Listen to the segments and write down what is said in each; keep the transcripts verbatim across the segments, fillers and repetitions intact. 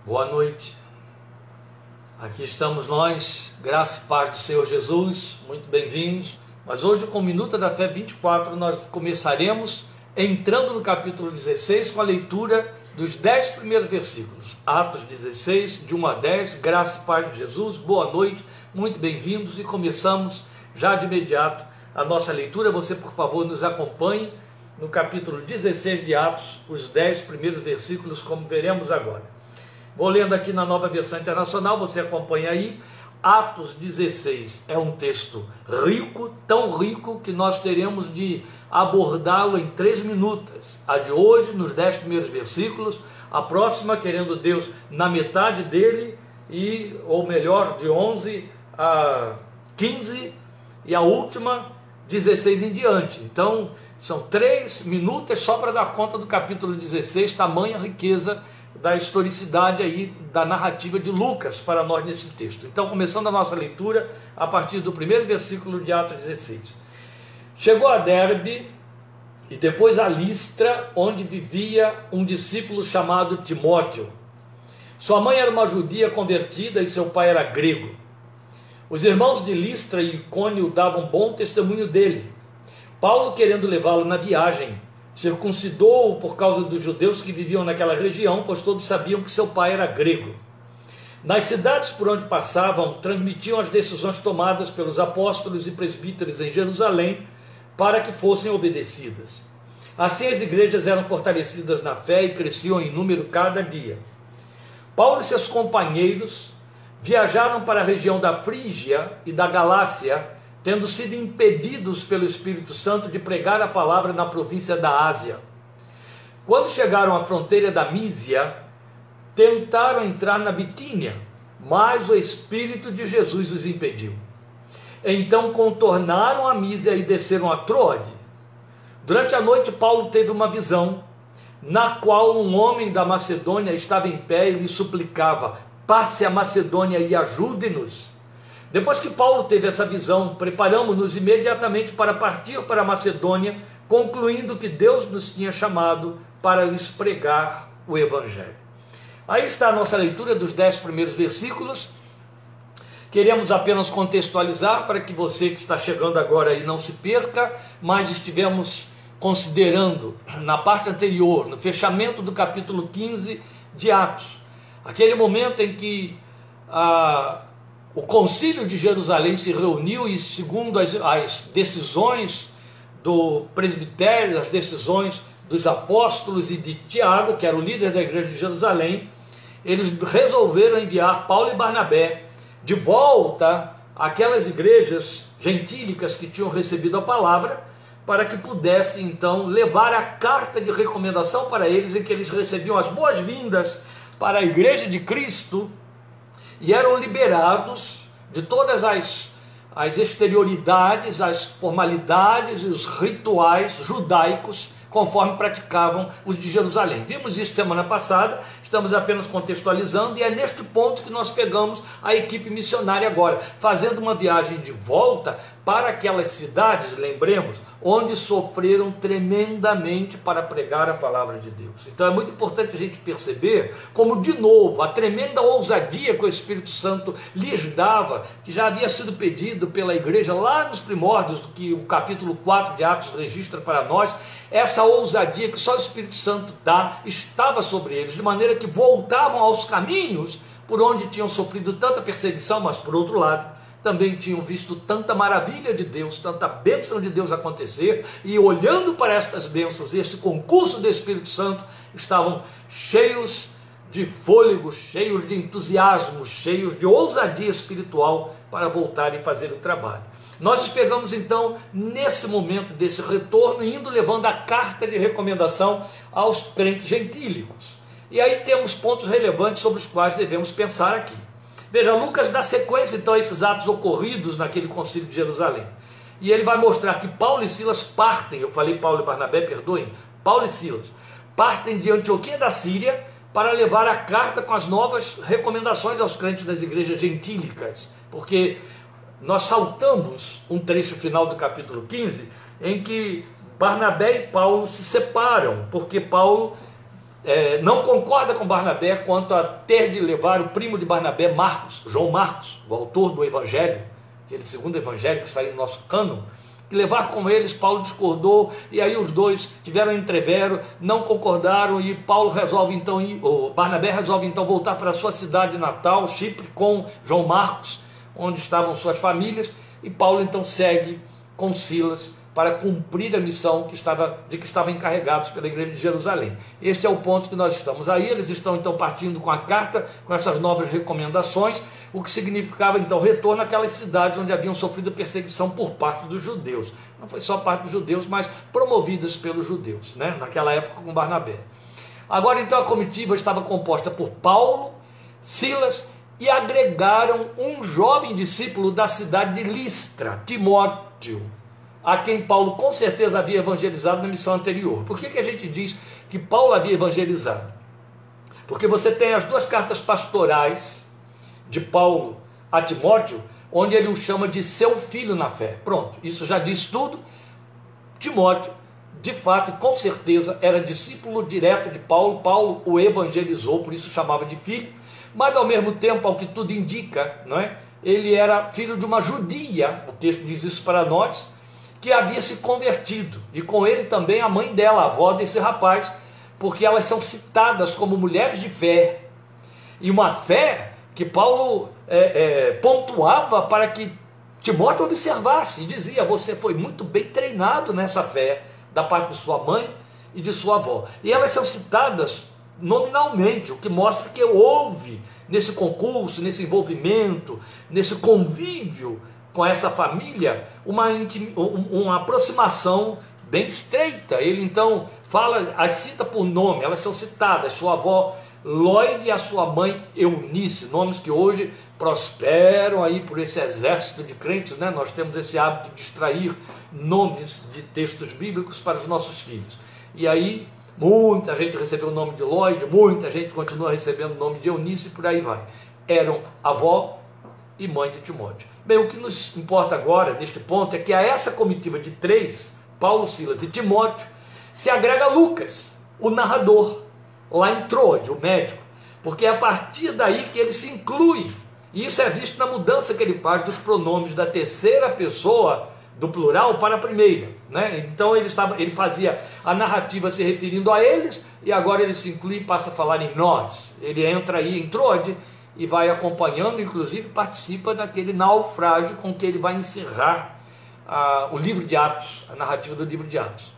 Boa noite, aqui estamos nós, graça e paz do Senhor Jesus, muito bem-vindos. Mas hoje com o Minuto da Fé vinte e quatro nós começaremos entrando no capítulo dezesseis com a leitura dos dez primeiros versículos. Atos dezesseis, de um a dez, graça e paz de Jesus, boa noite, muito bem-vindos e começamos já de imediato a nossa leitura. Você, por favor, nos acompanhe no capítulo dezesseis de Atos, os dez primeiros versículos, como veremos agora. Vou lendo aqui na Nova Versão Internacional, você acompanha aí. Atos dezesseis é um texto rico, tão rico que nós teremos de abordá-lo em três minutos. A de hoje, nos dez primeiros versículos, a próxima, querendo Deus, na metade dele, e, ou melhor, de onze a quinze, e a última, dezesseis em diante. Então, são três minutos só para dar conta do capítulo dezesseis, tamanha riqueza da historicidade aí, da narrativa de Lucas para nós nesse texto. Então, começando a nossa leitura, a partir do primeiro versículo de Atos dezesseis. Chegou a Derbe e depois a Listra, onde vivia um discípulo chamado Timóteo. Sua mãe era uma judia convertida e seu pai era grego. Os irmãos de Listra e Icônio davam bom testemunho dele. Paulo, querendo levá-lo na viagem, circuncidou-o por causa dos judeus que viviam naquela região, pois todos sabiam que seu pai era grego. Nas cidades por onde passavam, transmitiam as decisões tomadas pelos apóstolos e presbíteros em Jerusalém para que fossem obedecidas. Assim as igrejas eram fortalecidas na fé e cresciam em número cada dia. Paulo e seus companheiros viajaram para a região da Frígia e da Galácia, tendo sido impedidos pelo Espírito Santo de pregar a palavra na província da Ásia. Quando chegaram à fronteira da Mísia, tentaram entrar na Bitínia, mas o Espírito de Jesus os impediu. Então contornaram a Mísia e desceram a Troade. Durante a noite, Paulo teve uma visão, na qual um homem da Macedônia estava em pé e lhe suplicava: passe a Macedônia e ajude-nos. Depois que Paulo teve essa visão, preparamos-nos imediatamente para partir para a Macedônia, concluindo que Deus nos tinha chamado para lhes pregar o Evangelho. Aí está a nossa leitura dos dez primeiros versículos. Queremos apenas contextualizar para que você que está chegando agora aí não se perca, mas estivemos considerando na parte anterior, no fechamento do capítulo quinze de Atos, aquele momento em que a o concílio de Jerusalém se reuniu e, segundo as, as decisões do presbitério, as decisões dos apóstolos e de Tiago, que era o líder da igreja de Jerusalém, eles resolveram enviar Paulo e Barnabé de volta àquelas igrejas gentílicas que tinham recebido a palavra, para que pudessem então levar a carta de recomendação para eles, em que eles recebiam as boas-vindas para a igreja de Cristo, e eram liberados de todas as, as exterioridades, as formalidades e os rituais judaicos, conforme praticavam os de Jerusalém. Vimos isso semana passada, estamos apenas contextualizando, e é neste ponto que nós pegamos a equipe missionária agora, fazendo uma viagem de volta para aquelas cidades, lembremos, onde sofreram tremendamente para pregar a palavra de Deus. Então é muito importante a gente perceber como, de novo, a tremenda ousadia que o Espírito Santo lhes dava, que já havia sido pedido pela igreja lá nos primórdios, que o capítulo quatro de Atos registra para nós, essa ousadia que só o Espírito Santo dá, estava sobre eles, de maneira que voltavam aos caminhos por onde tinham sofrido tanta perseguição, mas por outro lado, também tinham visto tanta maravilha de Deus, tanta bênção de Deus acontecer, e olhando para estas bênçãos, este concurso do Espírito Santo, estavam cheios de fôlego, cheios de entusiasmo, cheios de ousadia espiritual para voltar e fazer o trabalho. Nós os pegamos então nesse momento desse retorno, indo levando a carta de recomendação aos crentes gentílicos. E aí temos pontos relevantes sobre os quais devemos pensar aqui. Veja, Lucas dá sequência então a esses atos ocorridos naquele concílio de Jerusalém. E ele vai mostrar que Paulo e Silas partem, eu falei Paulo e Barnabé, perdoem, Paulo e Silas, partem de Antioquia da Síria para levar a carta com as novas recomendações aos crentes das igrejas gentílicas. Porque nós saltamos um trecho final do capítulo quinze, em que Barnabé e Paulo se separam, porque Paulo é, não concorda com Barnabé quanto a ter de levar o primo de Barnabé, Marcos, João Marcos, o autor do Evangelho, aquele segundo Evangelho que está aí no nosso cânon, que levar com eles. Paulo discordou, e aí os dois tiveram entrevero, não concordaram, e Paulo resolve então ir, o Barnabé resolve então voltar para a sua cidade natal, Chipre, com João Marcos, onde estavam suas famílias, e Paulo então segue com Silas para cumprir a missão que estava, de que estavam encarregados pela igreja de Jerusalém. Este é o ponto que nós estamos aí. Eles estão então partindo com a carta, com essas novas recomendações, o que significava então retorno àquelas cidades onde haviam sofrido perseguição por parte dos judeus. Não foi só parte dos judeus, mas promovidas pelos judeus, né? Naquela época com Barnabé. Agora então a comitiva estava composta por Paulo, Silas, e agregaram um jovem discípulo da cidade de Listra, Timóteo, a quem Paulo com certeza havia evangelizado na missão anterior. Por que que a gente diz que Paulo havia evangelizado? Porque você tem as duas cartas pastorais de Paulo a Timóteo, onde ele o chama de seu filho na fé. Pronto, isso já diz tudo. Timóteo, de fato, com certeza, era discípulo direto de Paulo. Paulo o evangelizou, por isso chamava de filho, mas ao mesmo tempo, ao que tudo indica, não é? Ele era filho de uma judia, o texto diz isso para nós, que havia se convertido, e com ele também a mãe dela, a avó desse rapaz, porque elas são citadas como mulheres de fé, e uma fé que Paulo é, é, pontuava para que Timóteo observasse, e dizia: você foi muito bem treinado nessa fé, da parte de sua mãe e de sua avó. E elas são citadas nominalmente, o que mostra que houve nesse concurso, nesse envolvimento, nesse convívio com essa família, uma, uma aproximação bem estreita. Ele então fala, as cita por nome, elas são citadas: sua avó Lóide e a sua mãe Eunice, nomes que hoje prosperam aí por esse exército de crentes, né? Nós temos esse hábito de extrair nomes de textos bíblicos para os nossos filhos, e aí muita gente recebeu o nome de Lóide, muita gente continua recebendo o nome de Eunice, e por aí vai. Eram avó e mãe de Timóteo. Bem, o que nos importa agora, neste ponto, é que a essa comitiva de três, Paulo, Silas e Timóteo, se agrega Lucas, o narrador, lá em Troade, o médico, porque é a partir daí que ele se inclui, e isso é visto na mudança que ele faz dos pronomes da terceira pessoa do plural para a primeira, né? Então ele, estava, ele fazia a narrativa se referindo a eles, e agora ele se inclui e passa a falar em nós. Ele entra aí em Troade e vai acompanhando, inclusive participa daquele naufrágio com que ele vai encerrar ah, o livro de Atos, a narrativa do livro de Atos.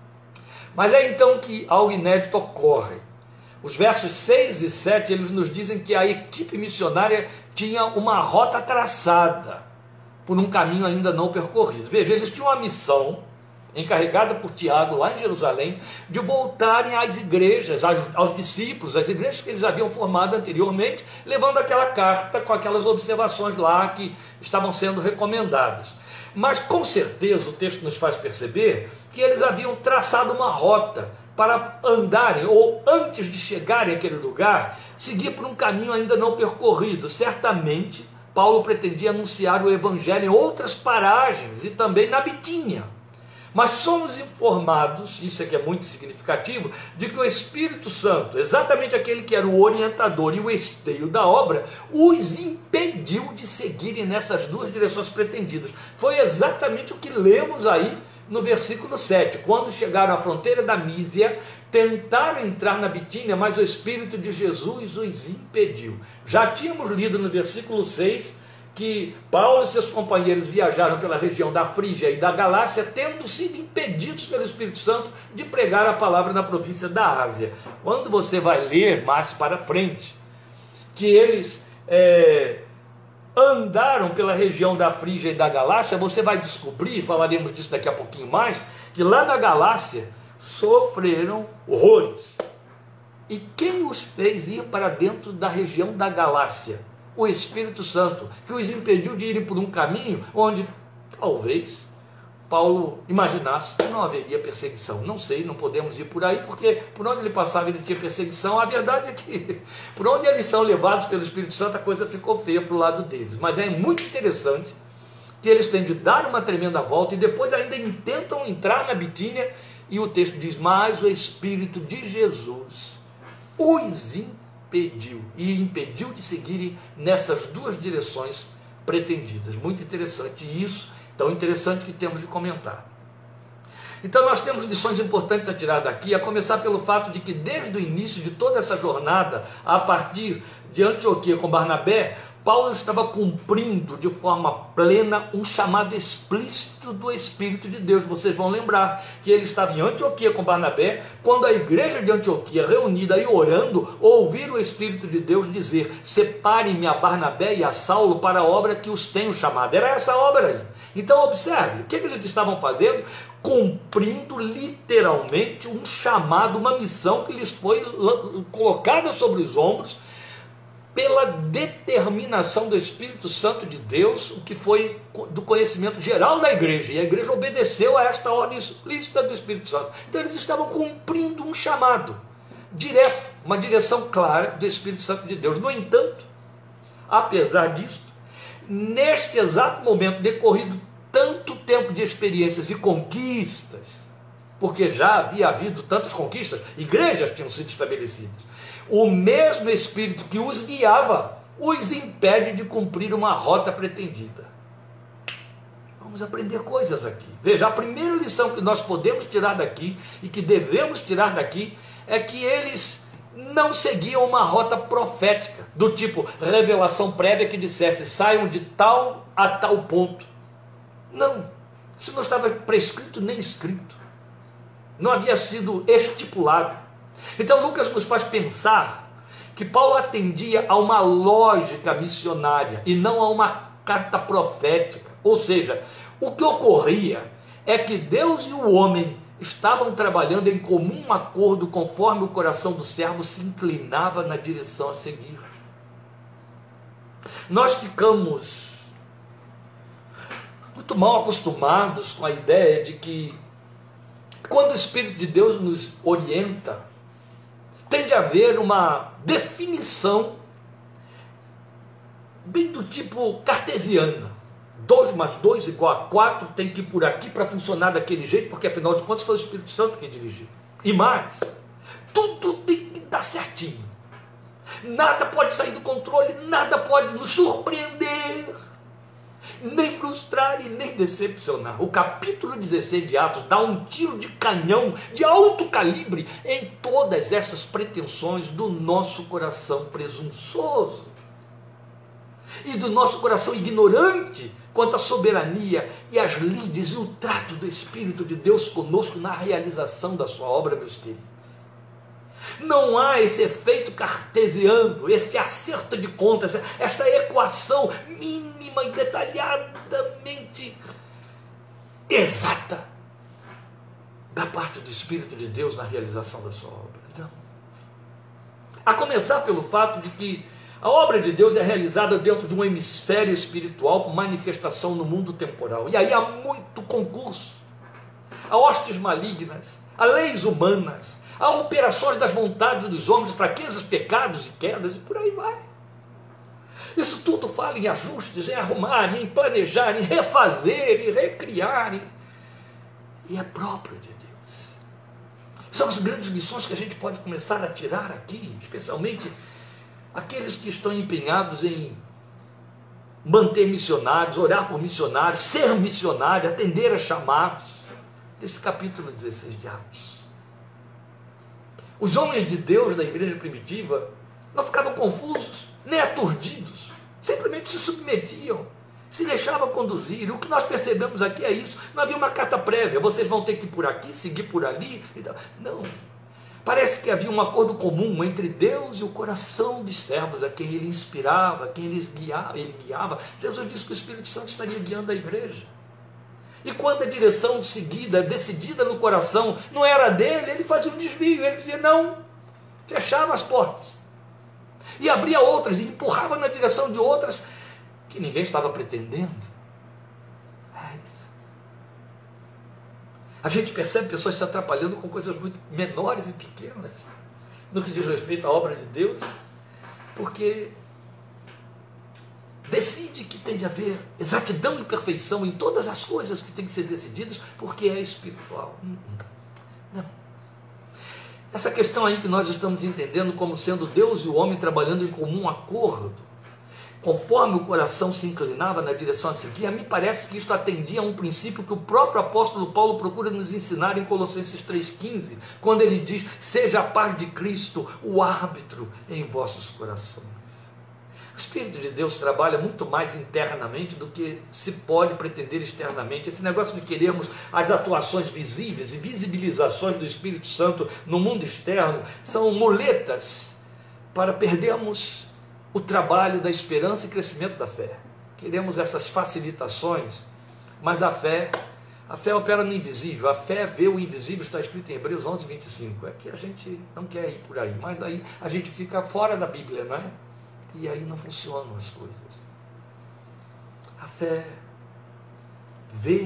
Mas é então que algo inédito ocorre. Os versos seis e sete, eles nos dizem que a equipe missionária tinha uma rota traçada por um caminho ainda não percorrido. Veja, eles tinham uma missão encarregada por Tiago lá em Jerusalém, de voltarem às igrejas, aos, aos discípulos, às igrejas que eles haviam formado anteriormente, levando aquela carta com aquelas observações lá que estavam sendo recomendadas. Mas com certeza o texto nos faz perceber que eles haviam traçado uma rota para andarem, ou antes de chegarem àquele lugar, seguir por um caminho ainda não percorrido. Certamente Paulo pretendia anunciar o evangelho em outras paragens e também na Bitínia. Mas somos informados, isso aqui é muito significativo, de que o Espírito Santo, exatamente aquele que era o orientador e o esteio da obra, os impediu de seguirem nessas duas direções pretendidas. Foi exatamente o que lemos aí no versículo sete. Quando chegaram à fronteira da Mísia, tentaram entrar na Bitínia, mas o Espírito de Jesus os impediu. Já tínhamos lido no versículo seis que Paulo e seus companheiros viajaram pela região da Frígia e da Galácia, tendo sido impedidos pelo Espírito Santo de pregar a palavra na província da Ásia. Quando você vai ler mais para frente, que eles é, andaram pela região da Frígia e da Galácia, você vai descobrir, falaremos disso daqui a pouquinho mais, que lá na Galácia sofreram horrores. E quem os fez ir para dentro da região da Galácia? O Espírito Santo, que os impediu de irem por um caminho onde talvez Paulo imaginasse que não haveria perseguição. Não sei, não podemos ir por aí, porque por onde ele passava ele tinha perseguição. A verdade é que por onde eles são levados pelo Espírito Santo, a coisa ficou feia para o lado deles. Mas é muito interessante que eles têm de dar uma tremenda volta e depois ainda intentam entrar na Bitínia, e o texto diz: mas o Espírito de Jesus os impediu, e impediu de seguirem nessas duas direções pretendidas. Muito interessante isso, tão interessante que temos de comentar. Então nós temos lições importantes a tirar daqui, a começar pelo fato de que desde o início de toda essa jornada, a partir de Antioquia com Barnabé, Paulo estava cumprindo de forma plena um chamado explícito do Espírito de Deus. Vocês vão lembrar que ele estava em Antioquia com Barnabé, quando a igreja de Antioquia, reunida e orando, ouviram o Espírito de Deus dizer: separem-me a Barnabé e a Saulo para a obra que os tenho chamado. Era essa obra aí. Então observe, o que eles estavam fazendo? Cumprindo literalmente um chamado, uma missão que lhes foi colocada sobre os ombros, pela determinação do Espírito Santo de Deus, o que foi do conhecimento geral da igreja, e a igreja obedeceu a esta ordem explícita do Espírito Santo. Então eles estavam cumprindo um chamado direto, uma direção clara do Espírito Santo de Deus. No entanto, apesar disto, neste exato momento, decorrido tanto tempo de experiências e conquistas, porque já havia havido tantas conquistas, igrejas tinham sido estabelecidas, o mesmo Espírito que os guiava os impede de cumprir uma rota pretendida. Vamos aprender coisas aqui. Veja, a primeira lição que nós podemos tirar daqui e que devemos tirar daqui é que eles não seguiam uma rota profética, do tipo revelação prévia que dissesse saiam de tal a tal ponto. Não, isso não estava prescrito nem escrito, não havia sido estipulado. Então Lucas nos faz pensar que Paulo atendia a uma lógica missionária e não a uma carta profética. Ou seja, o que ocorria é que Deus e o homem estavam trabalhando em comum acordo conforme o coração do servo se inclinava na direção a seguir. Nós ficamos muito mal acostumados com a ideia de que quando o Espírito de Deus nos orienta, tem de haver uma definição bem do tipo cartesiana. dois mais dois igual a quatro, tem que ir por aqui para funcionar daquele jeito, porque afinal de contas foi o Espírito Santo quem dirigiu. E mais, tudo tem que dar certinho. Nada pode sair do controle, nada pode nos surpreender, nem frustrar e nem decepcionar. O capítulo dezesseis de Atos dá um tiro de canhão de alto calibre em todas essas pretensões do nosso coração presunçoso e do nosso coração ignorante quanto à soberania e às lides e o trato do Espírito de Deus conosco na realização da sua obra, meus queridos. Não há esse efeito cartesiano, esse acerto de contas, esta equação mínima e detalhadamente exata da parte do Espírito de Deus na realização da sua obra. Não. A começar pelo fato de que a obra de Deus é realizada dentro de um hemisfério espiritual com manifestação no mundo temporal. E aí há muito concurso, há hostes malignas, há leis humanas, há operações das vontades dos homens, fraquezas, pecados e quedas, e por aí vai. Isso tudo fala em ajustes, em arrumar, em planejar, em refazer, em recriar. E é próprio de Deus. São as grandes lições que a gente pode começar a tirar aqui, especialmente aqueles que estão empenhados em manter missionários, orar por missionários, ser missionário, atender a chamados, desse capítulo dezesseis de Atos. Os homens de Deus da igreja primitiva não ficavam confusos, nem aturdidos, simplesmente se submetiam, se deixavam conduzir. O que nós percebemos aqui é isso. Não havia uma carta prévia, vocês vão ter que ir por aqui, seguir por ali. Não, parece que havia um acordo comum entre Deus e o coração dos servos, a quem ele inspirava, a quem ele guiava, ele guiava. Jesus disse que o Espírito Santo estaria guiando a igreja. E quando a direção seguida, decidida no coração, não era dele, ele fazia um desvio, ele dizia não, fechava as portas, e abria outras, e empurrava na direção de outras, que ninguém estava pretendendo. É isso. A gente percebe pessoas se atrapalhando com coisas muito menores e pequenas, no que diz respeito à obra de Deus, porque decide que tem de haver exatidão e perfeição em todas as coisas que têm que ser decididas, porque é espiritual. Não. Essa questão aí que nós estamos entendendo como sendo Deus e o homem trabalhando em comum acordo, conforme o coração se inclinava na direção a seguir, a mim parece que isto atendia a um princípio que o próprio apóstolo Paulo procura nos ensinar em Colossenses três quinze, quando ele diz: seja a paz de Cristo o árbitro em vossos corações. O Espírito de Deus trabalha muito mais internamente do que se pode pretender externamente. Esse negócio de querermos as atuações visíveis e visibilizações do Espírito Santo no mundo externo são muletas para perdermos o trabalho da esperança e crescimento da fé. Queremos essas facilitações, mas a fé, a fé opera no invisível. A fé vê o invisível, está escrito em Hebreus onze, vinte e cinco. É que a gente não quer ir por aí, mas aí a gente fica fora da Bíblia, não é? E aí não funcionam as coisas. A fé vê,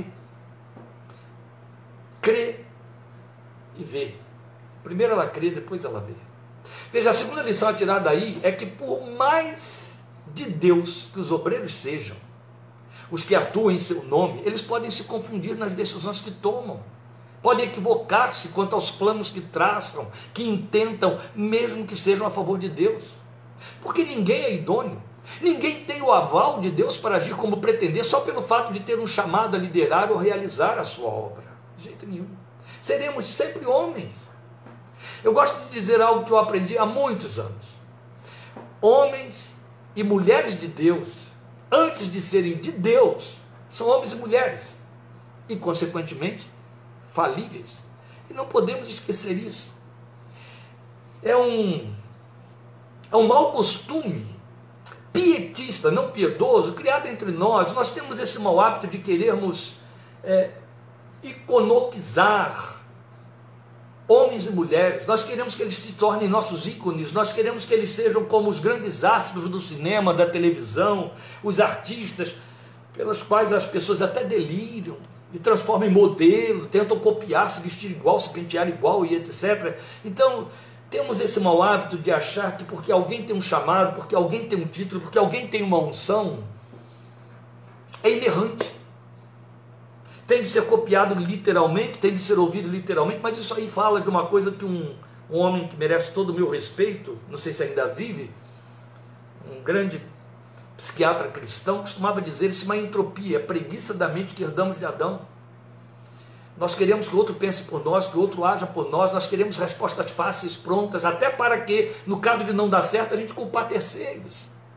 crê e vê. Primeiro ela crê, depois ela vê. Veja, a segunda lição a tirar daí é que por mais de Deus que os obreiros sejam, os que atuam em seu nome, eles podem se confundir nas decisões que tomam, podem equivocar-se quanto aos planos que traçam, que intentam, mesmo que sejam a favor de Deus. Porque ninguém é idôneo, ninguém tem o aval de Deus para agir como pretender só pelo fato de ter um chamado a liderar ou realizar a sua obra. De jeito nenhum. Seremos sempre homens. Eu gosto de dizer algo que eu aprendi há muitos anos. Homens e mulheres de Deus, antes de serem de Deus, são homens e mulheres. E, consequentemente, falíveis. E não podemos esquecer isso. É um... É um mau costume pietista, não piedoso, criado entre nós. Nós temos esse mau hábito de querermos é, iconocizar homens e mulheres. Nós queremos que eles se tornem nossos ícones, nós queremos que eles sejam como os grandes astros do cinema, da televisão, os artistas pelos quais as pessoas até delíriam e transformam em modelo, tentam copiar, se vestir igual, se pentear igual e etcétera. Então, temos esse mau hábito de achar que porque alguém tem um chamado, porque alguém tem um título, porque alguém tem uma unção, é inerrante. Tem de ser copiado literalmente, tem de ser ouvido literalmente, mas isso aí fala de uma coisa que um, um homem que merece todo o meu respeito, não sei se ainda vive, um grande psiquiatra cristão, costumava dizer: isso é uma entropia, preguiça da mente que herdamos de Adão. Nós queremos que o outro pense por nós, que o outro haja por nós, nós queremos respostas fáceis, prontas, até para que, no caso de não dar certo, a gente culpar terceiros.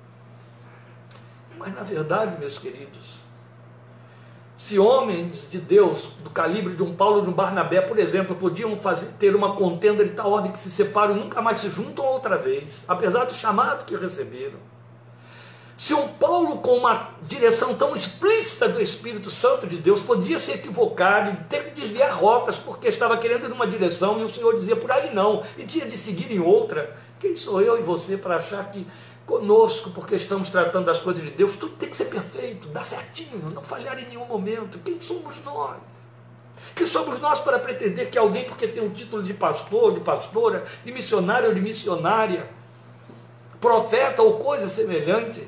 Mas, na verdade, meus queridos, se homens de Deus, do calibre de um Paulo e de um Barnabé, por exemplo, podiam fazer, ter uma contenda de tal ordem que se separam e nunca mais se juntam outra vez, apesar do chamado que receberam, se um Paulo com uma direção tão explícita do Espírito Santo de Deus podia se equivocar e ter que desviar rotas porque estava querendo ir numa direção e o Senhor dizia por aí não, e tinha de seguir em outra, quem sou eu e você para achar que conosco, porque estamos tratando das coisas de Deus, tudo tem que ser perfeito, dar certinho, não falhar em nenhum momento? Quem somos nós? Quem somos nós para pretender que alguém, porque tem um título de pastor, de pastora, de missionário ou de missionária, profeta ou coisa semelhante,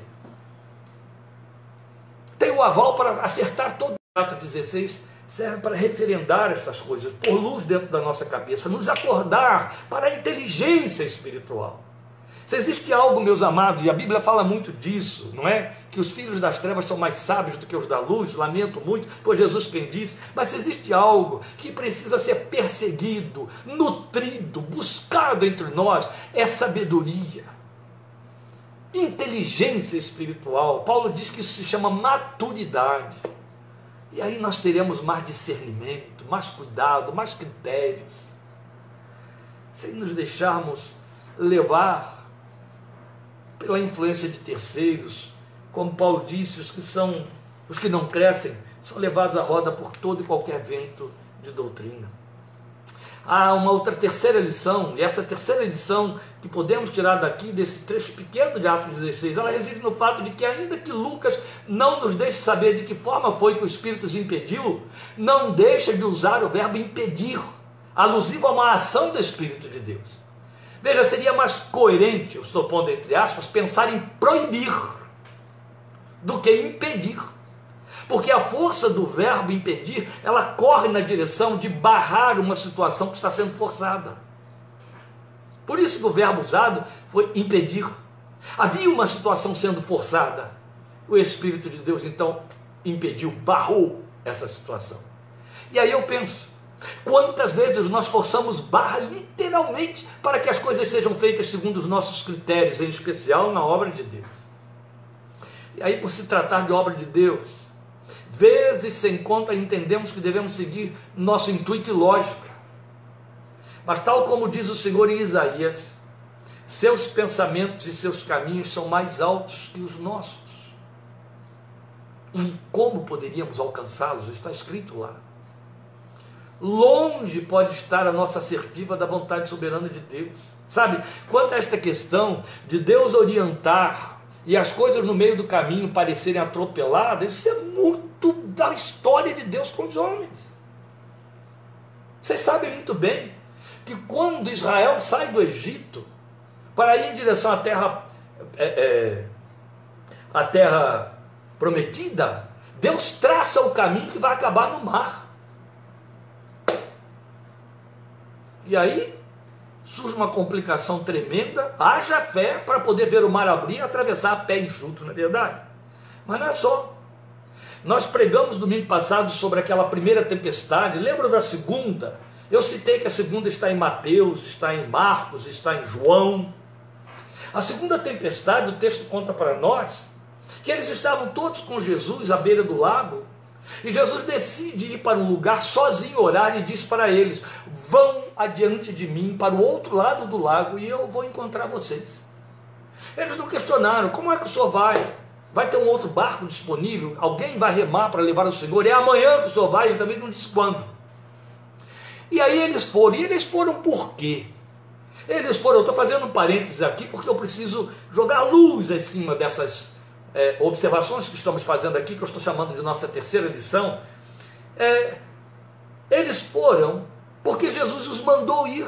tem o aval para acertar todo? Atos dezesseis serve para referendar essas coisas, pôr luz dentro da nossa cabeça, nos acordar para a inteligência espiritual. Se existe algo, meus amados, e a Bíblia fala muito disso, não é? Que os filhos das trevas são mais sábios do que os da luz, lamento muito, foi Jesus quem disse, mas se existe algo que precisa ser perseguido, nutrido, buscado entre nós, é sabedoria, inteligência espiritual. Paulo diz que isso se chama maturidade. E aí nós teremos mais discernimento, mais cuidado, mais critérios, sem nos deixarmos levar pela influência de terceiros. Como Paulo disse, os que são, os que não crescem, são levados à roda por todo e qualquer vento de doutrina. Há uma outra terceira lição, e essa terceira lição que podemos tirar daqui, desse trecho pequeno de Atos dezesseis, ela reside no fato de que, ainda que Lucas não nos deixe saber de que forma foi que o Espírito os impediu, não deixa de usar o verbo impedir, alusivo a uma ação do Espírito de Deus. Veja, seria mais coerente, eu estou pondo entre aspas, pensar em proibir do que impedir. Porque a força do verbo impedir, ela corre na direção de barrar uma situação que está sendo forçada. Por isso que o verbo usado foi impedir. Havia uma situação sendo forçada. O Espírito de Deus então impediu, barrou essa situação. E aí eu penso, quantas vezes nós forçamos barra literalmente para que as coisas sejam feitas segundo os nossos critérios, em especial na obra de Deus. E aí, por se tratar de obra de Deus, vezes sem conta entendemos que devemos seguir nosso intuito e lógica. Mas tal como diz o Senhor em Isaías, seus pensamentos e seus caminhos são mais altos que os nossos. E como poderíamos alcançá-los? Está escrito lá. Longe pode estar a nossa assertiva da vontade soberana de Deus. Sabe, quanto a esta questão de Deus orientar e as coisas no meio do caminho parecerem atropeladas, isso é muito da história de Deus com os homens. Vocês sabem muito bem que quando Israel sai do Egito para ir em direção à terra, é, é, à terra prometida, Deus traça o caminho que vai acabar no mar. E aí surge uma complicação tremenda, haja fé para poder ver o mar abrir e atravessar a pé enxuto, não é verdade? Mas não é só. Nós pregamos domingo passado sobre aquela primeira tempestade, lembra da segunda? Eu citei que a segunda está em Mateus, está em Marcos, está em João. A segunda tempestade, o texto conta para nós, que eles estavam todos com Jesus à beira do lago, e Jesus decide ir para um lugar sozinho orar e diz para eles: vão adiante de mim para o outro lado do lago e eu vou encontrar vocês. Eles não questionaram: como é que o senhor vai? Vai ter um outro barco disponível? Alguém vai remar para levar o Senhor? É amanhã que o senhor vai? Ele também não disse quando. E aí eles foram, e eles foram por quê? Eles foram, eu estou fazendo um parênteses aqui porque eu preciso jogar luz em cima dessas É, observações que estamos fazendo aqui, que eu estou chamando de nossa terceira lição. É, eles foram porque Jesus os mandou ir.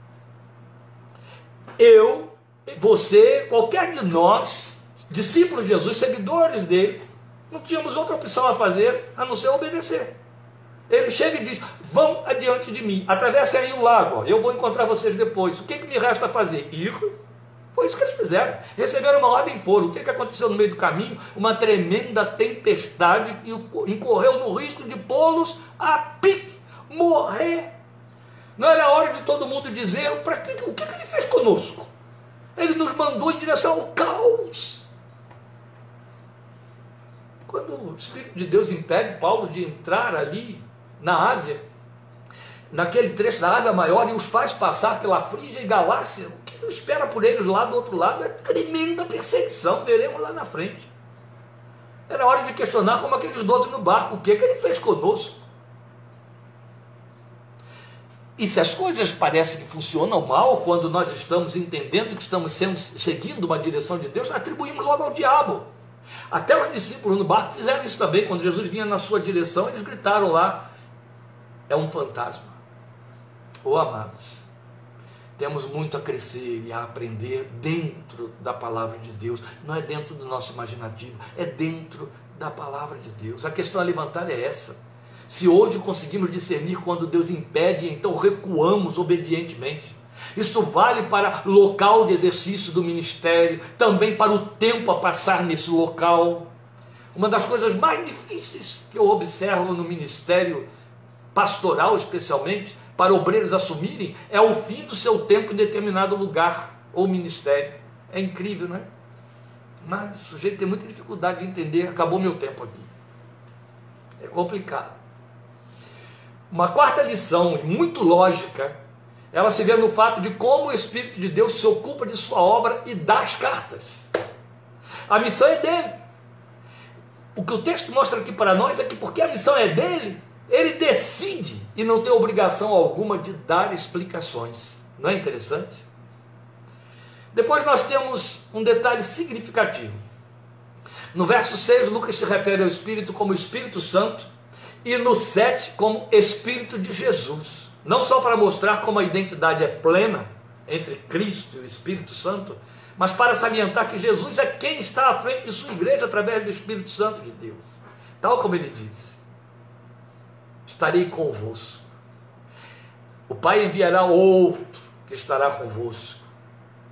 Eu, você, qualquer de nós, discípulos de Jesus, seguidores dele, não tínhamos outra opção a fazer a não ser obedecer. Ele chega e diz: vão adiante de mim, atravessem aí o lago, ó, eu vou encontrar vocês depois. O que, que me resta fazer? Ir. Foi isso que eles fizeram. Receberam uma ordem e foram. O que, que aconteceu no meio do caminho? Uma tremenda tempestade que incorreu no risco de pô-los a pique, morrer. Não era hora de todo mundo dizer: para que, o que, que ele fez conosco? Ele nos mandou em direção ao caos. Quando o Espírito de Deus impede Paulo de entrar ali na Ásia, naquele trecho da Ásia Maior, e os faz passar pela Frígia e Galácia, o que espera por eles lá do outro lado é tremenda perseguição, veremos lá na frente. Era hora de questionar como aqueles doze no barco, o que, que ele fez conosco? E se as coisas parecem que funcionam mal, quando nós estamos entendendo que estamos sendo, seguindo uma direção de Deus, atribuímos logo ao diabo. Até os discípulos no barco fizeram isso também. Quando Jesus vinha na sua direção, eles gritaram lá: é um fantasma. Oh, amados, temos muito a crescer e a aprender dentro da palavra de Deus. Não é dentro do nosso imaginativo, é dentro da palavra de Deus. A questão a levantar é essa: se hoje conseguimos discernir quando Deus impede, então recuamos obedientemente. Isso vale para local de exercício do ministério, também para o tempo a passar nesse local. Uma das coisas mais difíceis que eu observo no ministério pastoral, especialmente, para obreiros assumirem, é o fim do seu tempo em determinado lugar ou ministério. É incrível, não é? Mas o sujeito tem muita dificuldade de entender. Acabou meu tempo aqui. É complicado. Uma quarta lição, muito lógica, ela se vê no fato de como o Espírito de Deus se ocupa de sua obra e dá as cartas. A missão é dele. O que o texto mostra aqui para nós é que, porque a missão é dele, ele decide e não tem obrigação alguma de dar explicações. Não é interessante? Depois nós temos um detalhe significativo. No verso seis, Lucas se refere ao Espírito como Espírito Santo, e no sete como Espírito de Jesus. Não só para mostrar como a identidade é plena entre Cristo e o Espírito Santo, mas para salientar que Jesus é quem está à frente de sua igreja através do Espírito Santo de Deus. Tal como ele diz: estarei convosco. O Pai enviará outro que estará convosco.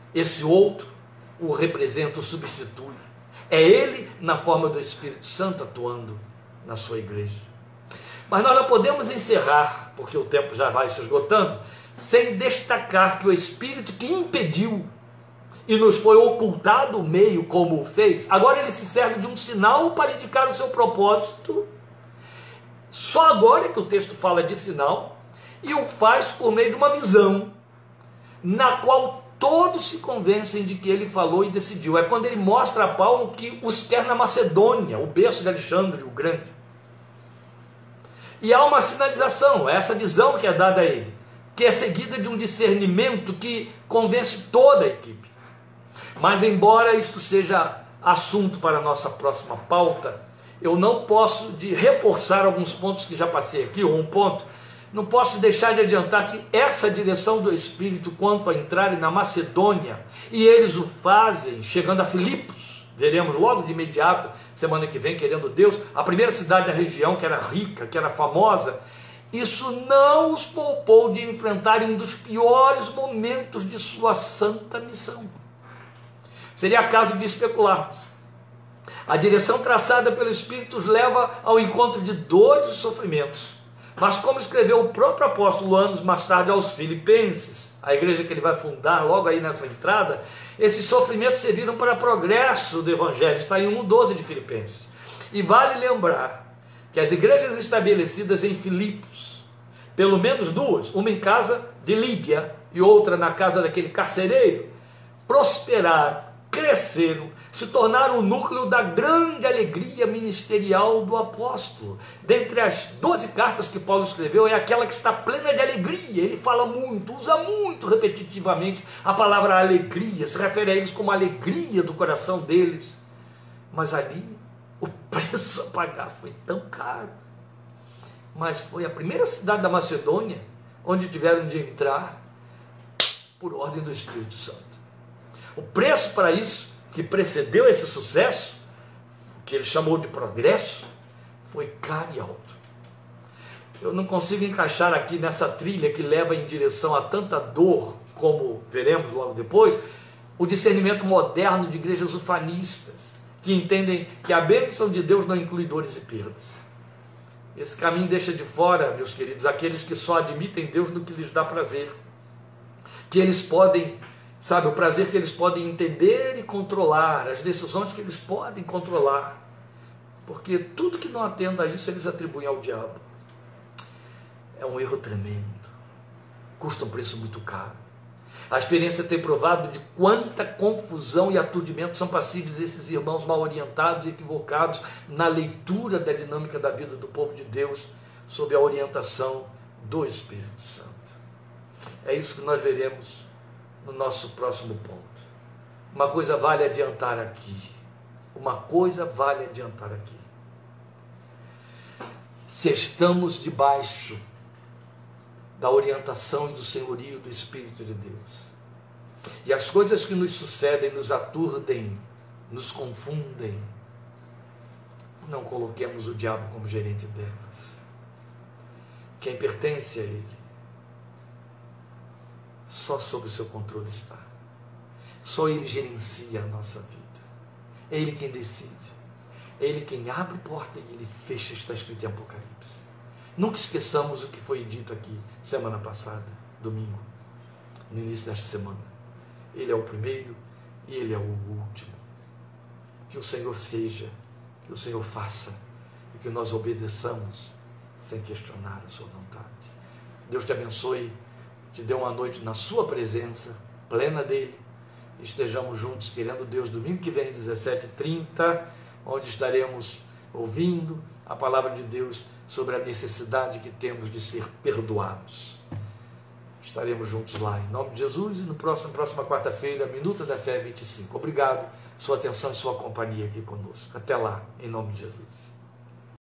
Esse outro o representa, o substitui. É ele na forma do Espírito Santo atuando na sua igreja. Mas nós não podemos encerrar, porque o tempo já vai se esgotando, sem destacar que o Espírito que impediu e nos foi ocultado o meio como o fez, agora ele se serve de um sinal para indicar o seu propósito. Só agora que o texto fala de sinal, e o faz por meio de uma visão, na qual todos se convencem de que ele falou e decidiu. É quando ele mostra a Paulo que os quer na Macedônia, o berço de Alexandre o Grande. E há uma sinalização, essa visão que é dada a ele, que é seguida de um discernimento que convence toda a equipe. Mas embora isto seja assunto para a nossa próxima pauta, eu não posso de reforçar alguns pontos que já passei aqui, ou um ponto, não posso deixar de adiantar que essa direção do Espírito quanto a entrarem na Macedônia, e eles o fazem chegando a Filipos, veremos logo de imediato, semana que vem, querendo Deus, a primeira cidade da região que era rica, que era famosa, isso não os poupou de enfrentarem um dos piores momentos de sua santa missão. Seria caso de especularmos. A direção traçada pelo Espírito os leva ao encontro de dores e sofrimentos. Mas como escreveu o próprio apóstolo anos mais tarde aos Filipenses, a igreja que ele vai fundar logo aí nessa entrada, esses sofrimentos serviram para progresso do Evangelho, está em um doze de Filipenses. E vale lembrar que as igrejas estabelecidas em Filipos, pelo menos duas, uma em casa de Lídia e outra na casa daquele carcereiro, prosperaram, cresceram, se tornaram o núcleo da grande alegria ministerial do apóstolo. Dentre as doze cartas que Paulo escreveu, é aquela que está plena de alegria. Ele fala muito, usa muito repetitivamente a palavra alegria, se refere a eles como a alegria do coração deles. Mas ali, o preço a pagar foi tão caro. Mas foi a primeira cidade da Macedônia onde tiveram de entrar por ordem do Espírito Santo. O preço para isso, que precedeu esse sucesso, que ele chamou de progresso, foi caro e alto. Eu não consigo encaixar aqui nessa trilha que leva em direção a tanta dor, como veremos logo depois, o discernimento moderno de igrejas ufanistas, que entendem que a bênção de Deus não inclui dores e perdas. Esse caminho deixa de fora, meus queridos, aqueles que só admitem Deus no que lhes dá prazer, que eles podem, sabe, o prazer que eles podem entender e controlar, as decisões que eles podem controlar, porque tudo que não atenda a isso eles atribuem ao diabo. É um erro tremendo, custa um preço muito caro. A experiência tem provado de quanta confusão e aturdimento são passíveis esses irmãos mal orientados e equivocados na leitura da dinâmica da vida do povo de Deus sob a orientação do Espírito Santo. É isso que nós veremos no nosso próximo ponto. Uma coisa vale adiantar aqui. Uma coisa vale adiantar aqui. Se estamos debaixo da orientação e do senhorio do Espírito de Deus, e as coisas que nos sucedem nos aturdem, nos confundem, não coloquemos o diabo como gerente delas. Quem pertence a ele, só sob o seu controle está. Só ele gerencia a nossa vida. É ele quem decide. É ele quem abre porta e ele fecha, está escrito em Apocalipse. Nunca esqueçamos o que foi dito aqui semana passada, domingo, no início desta semana. Ele é o primeiro e ele é o último. Que o Senhor seja, que o Senhor faça e que nós obedeçamos sem questionar a sua vontade. Deus te abençoe, te dê uma noite na sua presença, plena dele. Estejamos juntos, querendo Deus, domingo que vem, dezessete e trinta, onde estaremos ouvindo a palavra de Deus sobre a necessidade que temos de ser perdoados. Estaremos juntos lá, em nome de Jesus, e no próximo, próxima quarta-feira, Minuta da Fé vinte e cinco. Obrigado, sua atenção e sua companhia aqui conosco. Até lá, em nome de Jesus.